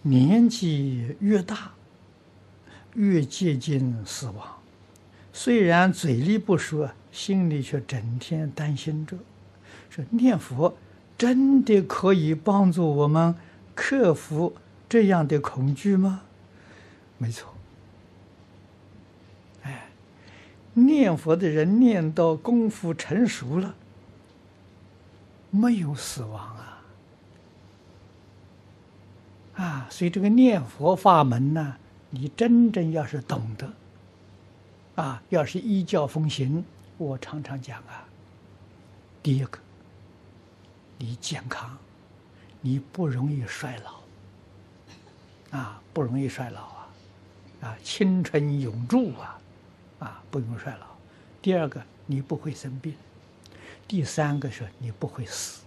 年纪越大，越接近死亡。虽然嘴里不说，心里却整天担心着。说念佛真的可以帮助我们克服这样的恐惧吗？没错。念佛的人念到功夫成熟了，没有死亡所以这个念佛法门呢，你真正要是懂得要是依教奉行，我常常讲第一个，你健康，你不容易衰老不容易衰老青春永驻不容易衰老。第二个，你不会生病。第三个是你不会死。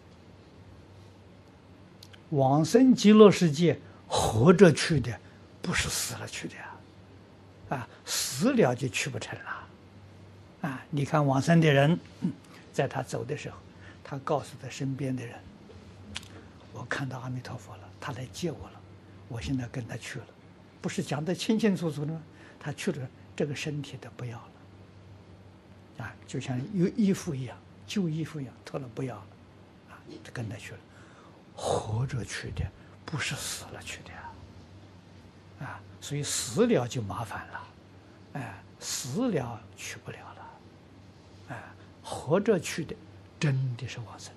往生极乐世界活着去的，不是死了去的死了就去不成了你看往生的人，在他走的时候，他告诉他身边的人，我看到阿弥陀佛了，他来接我了，我现在跟他去了。不是讲得清清楚楚的吗？他去了，这个身体的不要了就像有衣服一样，旧衣服一样，脱了不要了跟他去了。活着去的，不是死了去的所以死了就麻烦了死了去不了了活着去的真的是往生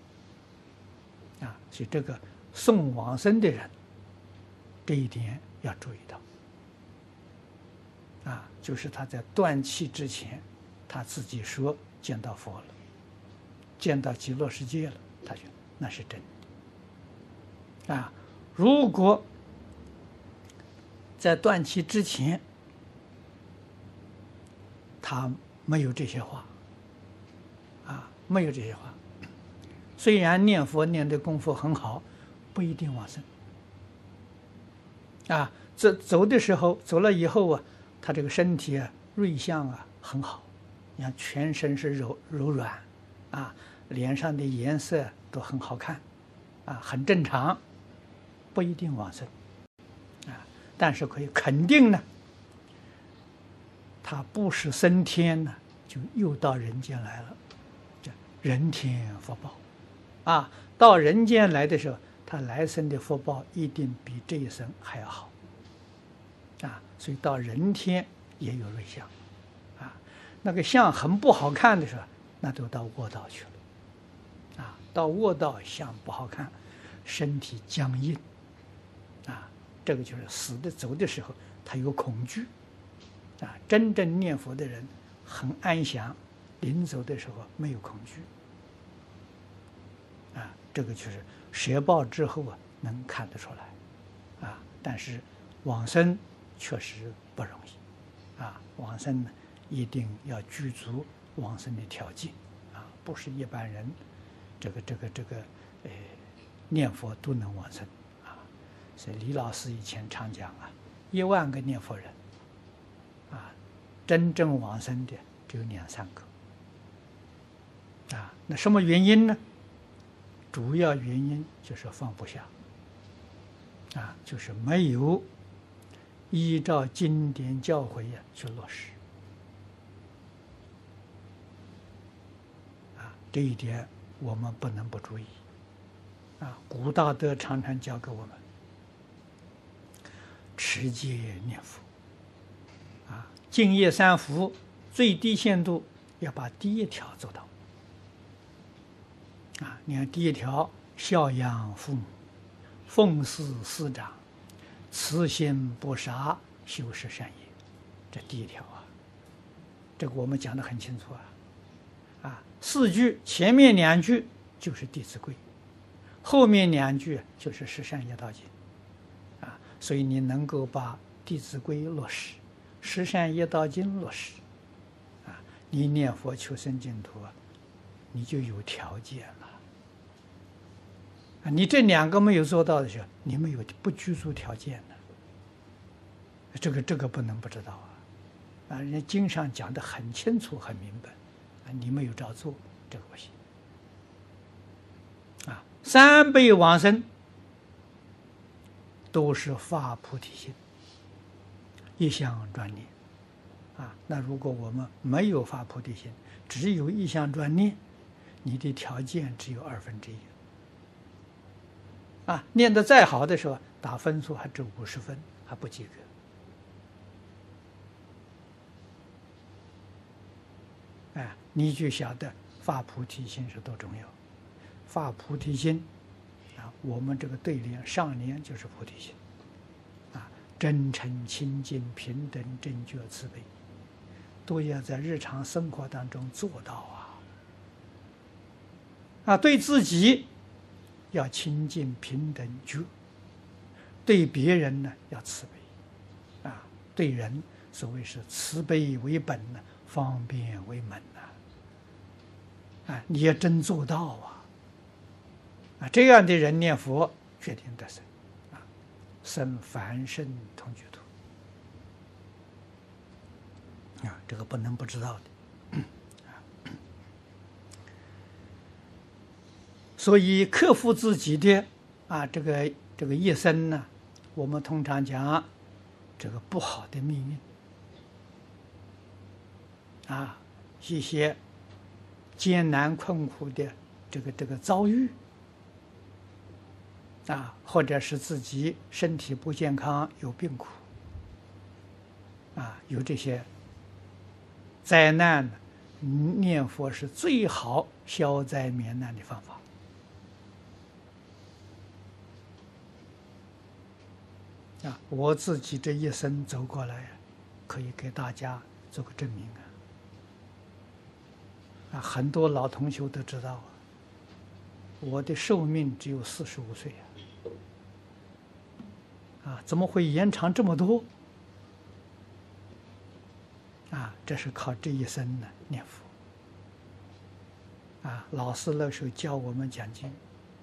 所以这个送往生的人，这一点要注意到就是他在断气之前，他自己说见到佛了，见到极乐世界了，他觉得那是真的如果在断气之前他没有这些话没有这些话，虽然念佛念的功夫很好，不一定往生这走的时候，走了以后他这个身体瑞相很好，你看全身是柔软脸上的颜色都很好看很正常，不一定往生但是可以肯定呢，他不是升天呢，就又到人间来了，人天福报到人间来的时候，他来生的福报一定比这一生还要好所以到人天也有瑞相那个相很不好看的时候，那都到卧道去了到卧道相不好看，身体僵硬这个就是死的走的时候他有恐惧真正念佛的人很安详，临走的时候没有恐惧这个就是舍报之后能看得出来但是往生确实不容易往生呢一定要具足往生的条件不是一般人这个念佛都能往生所以李老师以前常讲1万个念佛人真正往生的只有2、3个那什么原因呢？主要原因就是放不下就是没有依照经典教诲去落实这一点我们不能不注意古大德常常教给我们持戒念佛净业3福最低限度要把第1条做到你看第1条，孝养父母，奉事师长，慈心不杀，修持善业，这第1条这个我们讲得很清楚4句前面2句就是《弟子规》，后面2句就是《十善业道经》所以你能够把《弟子规》落实，《十善业道经》落实你念佛求生净土你就有条件了你这2个没有做到的时候，你没有不具足条件的，这个不能不知道人家经上讲得很清楚很明白你没有照做，这个不行3辈往生都是发菩提心，一向专念。那如果我们没有发菩提心，只有一向专念，你的条件只有1/2。念得再好的时候，打分数还只50分，还不及格。你就晓得发菩提心是多重要。发菩提心我们这个对联上联就是菩提心真诚清净平等正觉慈悲，都要在日常生活当中做到对自己要清净平等觉，对别人呢要慈悲对人所谓是慈悲为本方便为门你要真做到这样的人念佛决定得生生凡圣同居土这个不能不知道的。所以克服自己的这个一生呢，我们通常讲这个不好的命运一些艰难困苦的这个遭遇或者是自己身体不健康有病苦有这些灾难，念佛是最好消灾免难的方法我自己这一生走过来，可以给大家做个证明很多老同学都知道我的寿命只有45岁怎么会延长这么多这是靠这一生呢念佛老师那时候教我们讲经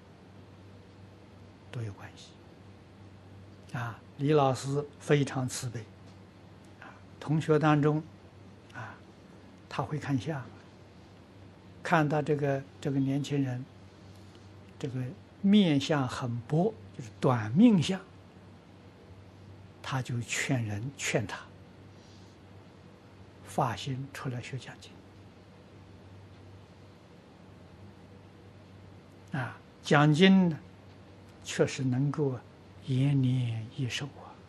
都有关系李老师非常慈悲同学当中他会看相，看到这个年轻人这个面相很薄，就是短命相，他就劝他发心出来学讲经讲经呢确实能够延年益寿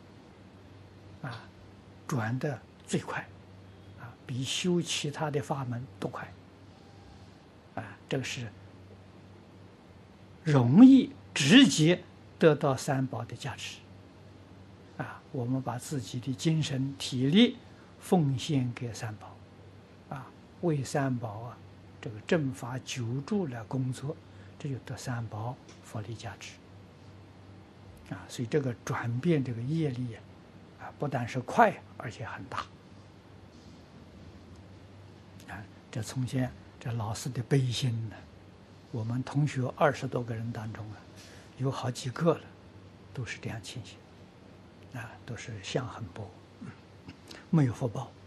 转得最快比修其他的法门都快这个是容易直接得到三宝的加持我们把自己的精神体力奉献给三宝为三宝这个正法久住来工作，这就得三宝佛力加持所以这个转变这个业力不但是快，而且很大这从前这老师的悲心呢，我们同学20多个人当中有好几个了都是这样情形都是相很薄，没有福报